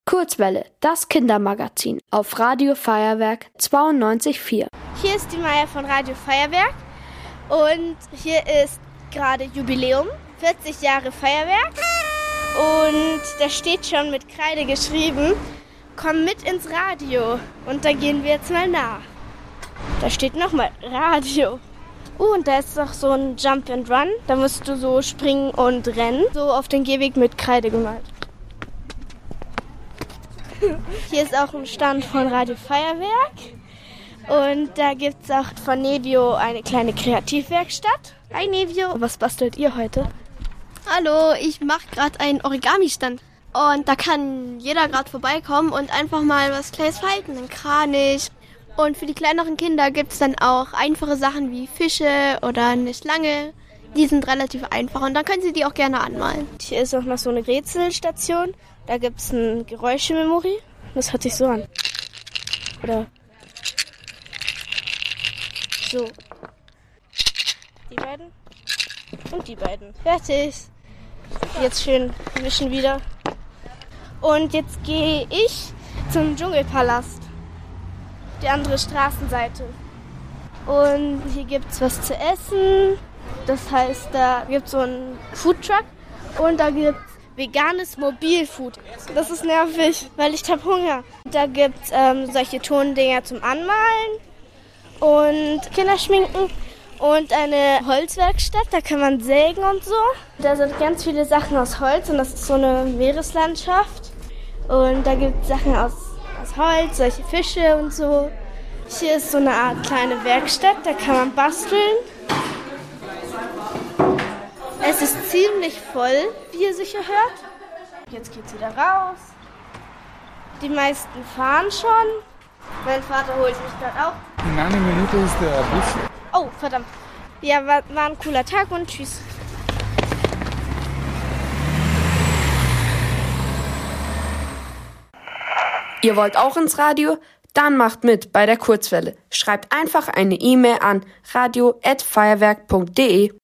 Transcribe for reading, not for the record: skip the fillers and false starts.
Kurzwelle, das Kindermagazin auf Radio Feuerwerk 92,4. Hier ist die Maya von Radio Feuerwerk und hier ist gerade Jubiläum, 40 Jahre Feuerwerk. Und da steht schon mit Kreide geschrieben, komm mit ins Radio. Und da gehen wir jetzt mal nach. Da steht nochmal Radio. Und da ist noch so ein Jump and Run. Da musst du so springen und rennen. So auf den Gehweg mit Kreide gemalt. Hier ist auch ein Stand von Radio Feuerwerk. Und da gibt es auch von Nevio eine kleine Kreativwerkstatt. Hi Nevio, was bastelt ihr heute? Hallo, ich mache gerade einen Origami-Stand. Und da kann jeder gerade vorbeikommen und einfach mal was Kleines falten, einen Kranich. Und für die kleineren Kinder gibt es dann auch einfache Sachen wie Fische oder eine Schlange. Die sind relativ einfach und dann können Sie die auch gerne anmalen. Hier ist auch noch so eine Rätselstation. Da gibt es ein Geräuschememory. Das hört sich so an. Oder so. Die beiden und die beiden. Fertig. Jetzt schön mischen wieder. Und jetzt gehe ich zum Dschungelpalast. Die andere Straßenseite. Und hier gibt es was zu essen. Das heißt, da gibt es so einen Foodtruck und da gibt es veganes Mobilfood. Das ist nervig, weil ich habe Hunger. Da gibt es solche Tondinger zum Anmalen und Kinderschminken und eine Holzwerkstatt. Da kann man sägen und so. Da sind ganz viele Sachen aus Holz und das ist so eine Meereslandschaft. Und da gibt es Sachen aus Holz, solche Fische und so. Hier ist so eine Art kleine Werkstatt, da kann man basteln. Es ist ziemlich voll, wie ihr sicher hört. Jetzt geht's wieder raus. Die meisten fahren schon. Mein Vater holt mich gerade auch. In einer Minute ist der Bus. Oh, verdammt. Ja, war ein cooler Tag und tschüss. Ihr wollt auch ins Radio? Dann macht mit bei der Kurzwelle. Schreibt einfach eine E-Mail an radio@feuerwerk.de.